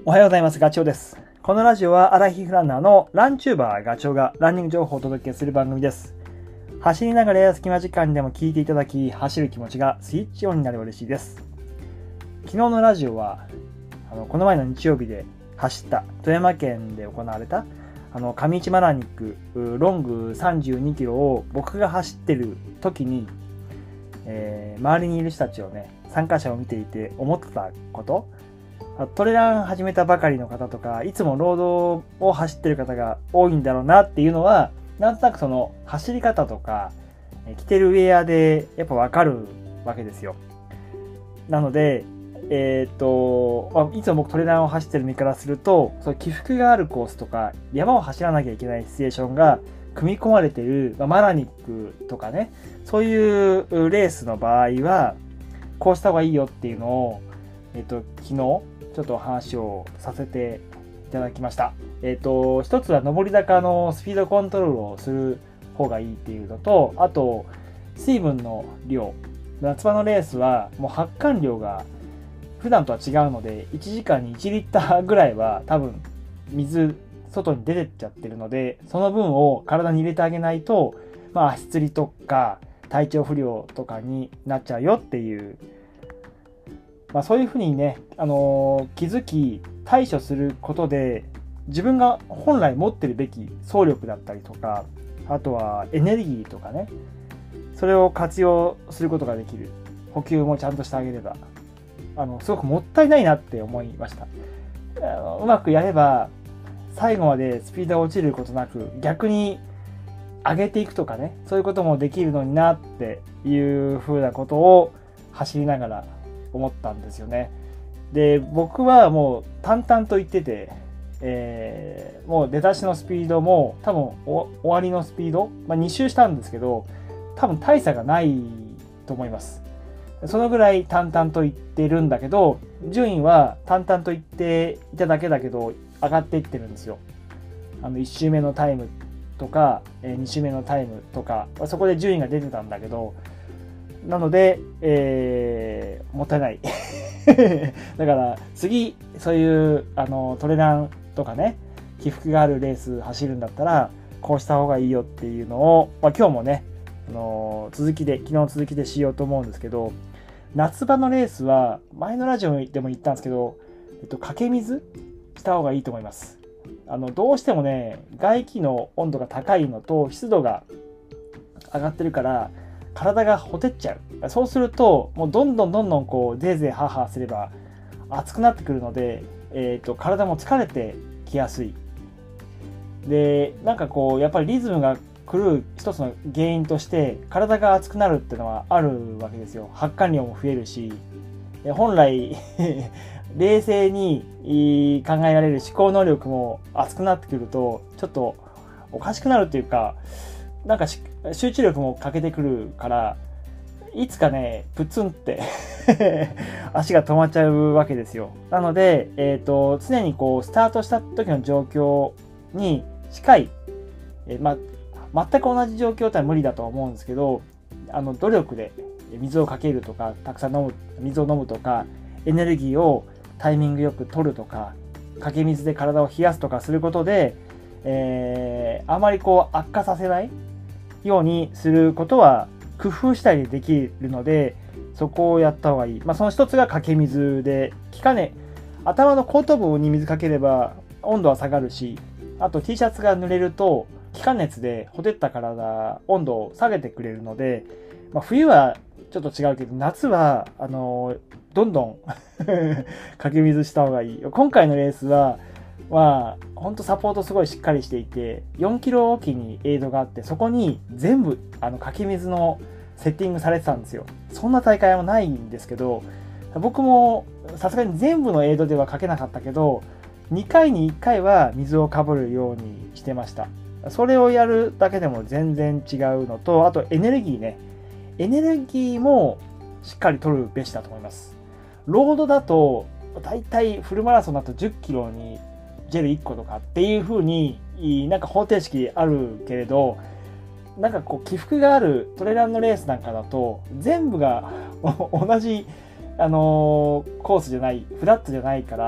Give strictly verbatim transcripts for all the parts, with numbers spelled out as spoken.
おはようございます。ガチョウです。このラジオはアラヒフランナーのランチューバーガチョウがランニング情報をお届けする番組です。走りながらや隙間時間にでも聞いていただき、走る気持ちがスイッチオンになれば嬉しいです。昨日のラジオはあのこの前の日曜日で走った富山県で行われたあの上市マラニックロングさんじゅうにキロを僕が走ってる時に、えー、周りにいる人たちをね、参加者を見ていて思ってたこと、トレラン始めたばかりの方とか、いつもロードを走ってる方が多いんだろうなっていうのは、なんとなくその走り方とか着てるウェアでやっぱわかるわけですよ。なので、えー、っといつも僕トレランを走ってる身からすると、その起伏があるコースとか山を走らなきゃいけないシチュエーションが組み込まれている、まあ、マラニックとかね、そういうレースの場合はこうした方がいいよっていうのを、えー、っと昨日ちょっと話をさせていただきました。えっと、一つは上り坂のスピードコントロールをする方がいいっていうのと、あと、水分の量。夏場のレースはもう発汗量が普段とは違うので、いちじかんにいちリッターぐらいは多分水、外に出てっちゃってるので、その分を体に入れてあげないと、まあ足つりとか体調不良とかになっちゃうよっていう、まあ、そういうふうにね、あのー、気づき対処することで自分が本来持ってるべき走力だったりとか、あとはエネルギーとかね、それを活用することができる。補給もちゃんとしてあげれば、あのすごくもったいないなって思いました。あのうまくやれば最後までスピードが落ちることなく逆に上げていくとかね、そういうこともできるのになっていうふうなことを走りながら思ったんですよね。で、僕はもう淡々と言ってて、えー、もう出だしのスピードも多分終わりのスピード、まあ、に周したんですけど、多分大差がないと思います。そのぐらい淡々と言ってるんだけど、順位は淡々と言っていただけだけど上がっていってるんですよ。あのいち周目のタイムとかに周目のタイムとか、そこで順位が出てたんだけど、なので、えー、もったいないだから次そういうあのトレランとかね、起伏があるレース走るんだったらこうした方がいいよっていうのを、まあ、今日もね、あの続きで昨日の続きでしようと思うんですけど、夏場のレースは前のラジオでも言ったんですけど、えっと、かけ水した方がいいと思います。あのどうしてもね、外気の温度が高いのと湿度が上がってるから体がほてっちゃう。そうするともうどんどんどんどんこうゼーゼーハーハーすれば熱くなってくるので、えー、と体も疲れてきやすい。で、なんかこうやっぱりリズムが狂う一つの原因として体が熱くなるっていうのはあるわけですよ。発汗量も増えるし、本来冷静に考えられる思考能力も熱くなってくるとちょっとおかしくなるっていうか、なんか集中力も欠けてくるから、いつかねプツンって足が止まっちゃうわけですよ。なので、えーと、常にこうスタートした時の状況に近い、えーま、全く同じ状況ってのは無理だと思うんですけど、あの努力で水をかけるとか、たくさん飲む水を飲むとか、エネルギーをタイミングよく取るとか、かけ水で体を冷やすとかすることで、えー、あまりこう悪化させないようにすることは工夫したりできるので、そこをやった方がいい。まあ、その一つがかけ水で、気化熱、頭の後頭部に水かければ温度は下がるし、あと T シャツが濡れると気化熱でほてった体温度を下げてくれるので、まあ、冬はちょっと違うけど夏はあのどんどんかけ水した方がいい。今回のレースはまあ本当サポートすごいしっかりしていて、よんキロおきにエイドがあって、そこに全部あのかけ水のセッティングされてたんですよ。そんな大会はないんですけど、僕もさすがに全部のエイドではかけなかったけど、にかいにいっかいは水をかぶるようにしてました。それをやるだけでも全然違うのと、あとエネルギーね、エネルギーもしっかり取るべしだと思います。ロードだとだいたいフルマラソンだとじゅっキロにジェルいっことかっていう風になんか方程式あるけれど、なんかこう起伏があるトレランのレースなんかだと全部が同じ、あのー、コースじゃない、フラットじゃないから、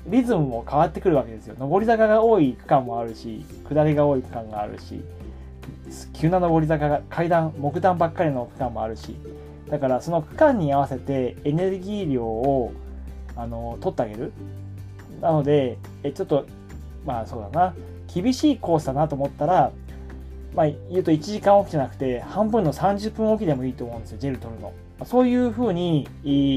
リズムも変わってくるわけですよ。上り坂が多い区間もあるし、下りが多い区間があるし、急な上り坂が階段、木段ばっかりの区間もあるし、だからその区間に合わせてエネルギー量をあの取ってあげる。なのでえちょっとまあそうだな、厳しいコースだなと思ったら、まあ言うといちじかんおきじゃなくて半分のさんじゅっぷんおきでもいいと思うんですよ、ジェル取るの。そういうふうに、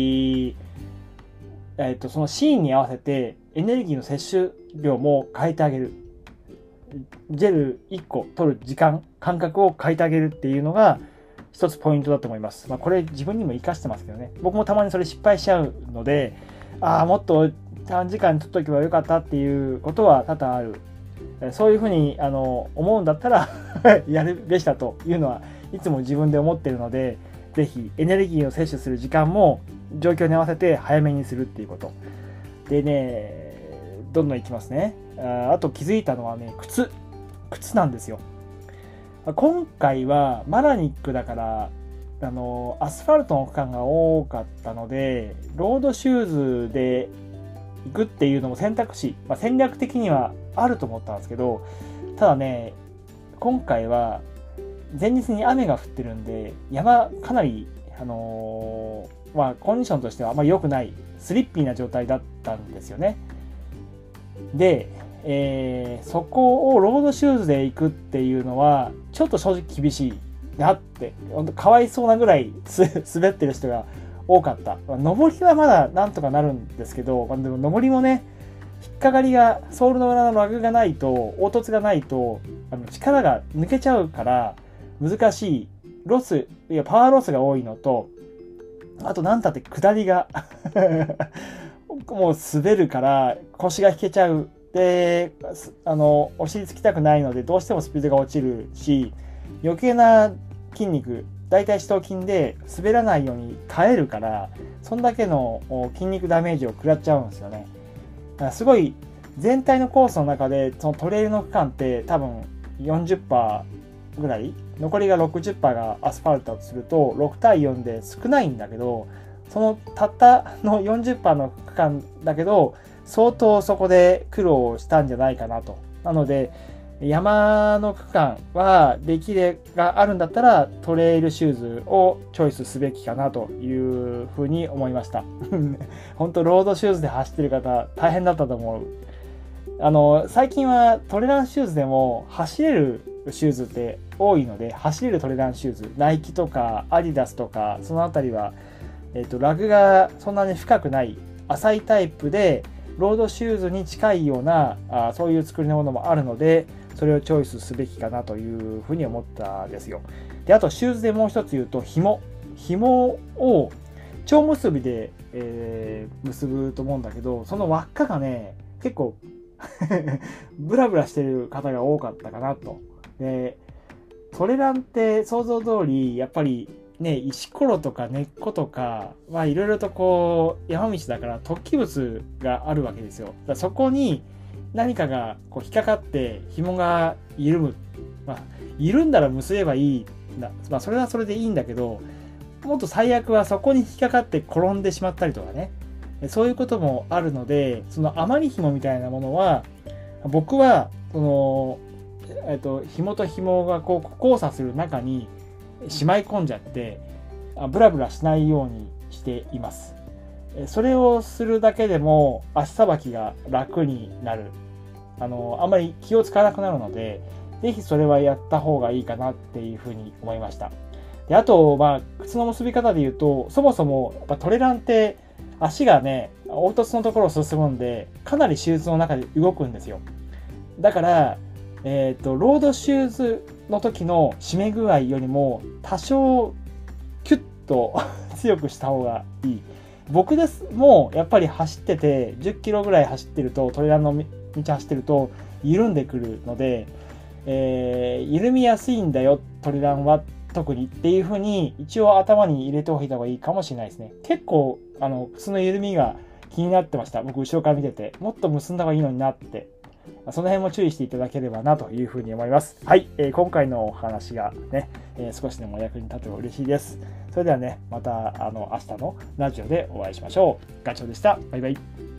えー、とそのシーンに合わせてエネルギーの摂取量も変えてあげる。ジェルいっこ取る時間間隔を変えてあげるっていうのが一つポイントだと思います。まあ、これ自分にも活かしてますけどね。僕もたまにそれ失敗しちゃうので、ああもっと短時間に取っとけばよかったっていうことは多々ある。そういうふうにあの思うんだったらやるべしだというのはいつも自分で思ってるので、ぜひエネルギーを摂取する時間も状況に合わせて早めにするっていうことでね、どんどんいきますね。あ, あと気づいたのはね、靴靴なんですよ。今回はマラニックだからあのアスファルトの区間が多かったので、ロードシューズで行くっていうのも選択肢、まあ、戦略的にはあると思ったんですけど、ただね今回は前日に雨が降ってるんで、山かなり、あのーまあ、コンディションとしてはあまり良くないスリッピーな状態だったんですよね。で、えー、そこをロードシューズで行くっていうのはちょっと正直厳しいなって、本当かわいそうなぐらい滑ってる人が多かった。上りはまだなんとかなるんですけど、でも上りもね、引っかかりがソールの裏のラグがないと、凹凸がないとあの力が抜けちゃうから難しい。ロス、いやパワーロスが多いのと、あとなんたって下りがもう滑るから腰が引けちゃう。で、あのお尻つきたくないのでどうしてもスピードが落ちるし、余計な筋肉、大腿四頭筋で滑らないように耐えるから、そんだけの筋肉ダメージを食らっちゃうんですよね。だからすごい全体のコースの中でそのトレイルの区間って多分 よんじゅっパーセント ぐらい、残りが ろくじゅっパーセント がアスファルトだとするとろくたいよんで少ないんだけど、そのたったの よんじゅっパーセント の区間だけど相当そこで苦労したんじゃないかなと。なので山の区間はできれがあるんだったらトレイルシューズをチョイスすべきかなというふうに思いました。本当ロードシューズで走ってる方大変だったと思う。あの最近はトレランシューズでも走れるシューズって多いので、走れるトレランシューズ、ナイキとかアディダスとかそのあたりは、えっと、ラグがそんなに深くない浅いタイプでロードシューズに近いようなあそういう作りのものもあるので、それをチョイスすべきかなというふうに思ったんですよ。で、あとシューズでもう一つ言うと紐紐を蝶結びで、えー、結ぶと思うんだけど、その輪っかがね結構ブラブラしてる方が多かったかなと。でトレランって想像通りやっぱりね、石ころとか根っことかいろいろとこう山道だから突起物があるわけですよ。だからそこに何かがこう引っかかって紐が緩む、まあ、緩んだら結べばいいな、まあ、それはそれでいいんだけど、もっと最悪はそこに引っかかって転んでしまったりとかね、そういうこともあるので、その余り紐みたいなものは僕はその、えっと、紐と紐がこう交差する中にしまい込んじゃってブラブラしないようにしています。それをするだけでも足さばきが楽になる。あのあんまり気を使わなくなるので、ぜひそれはやった方がいいかなっていうふうに思いました。で、あと、まあ、靴の結び方で言うと、そもそもやっぱトレランって足がね、凹凸のところを進むんで、かなりシューズの中で動くんですよ。だから、えっと、ロードシューズの時の締め具合よりも多少キュッと強くした方がいい。僕ですもやっぱり走っててじゅっキロぐらい走ってると、トレランの道走ってると緩んでくるので、えー、緩みやすいんだよトレランは特にっていう風に一応頭に入れておいた方がいいかもしれないですね。結構あの靴の緩みが気になってました。僕後ろから見てて、もっと結んだ方がいいのになって、その辺も注意していただければなというふうに思います。はい、えー、今回のお話がね、えー、少しでも役に立てば嬉しいです。それではね、またあの明日のラジオでお会いしましょう。ガチョウでした。バイバイ。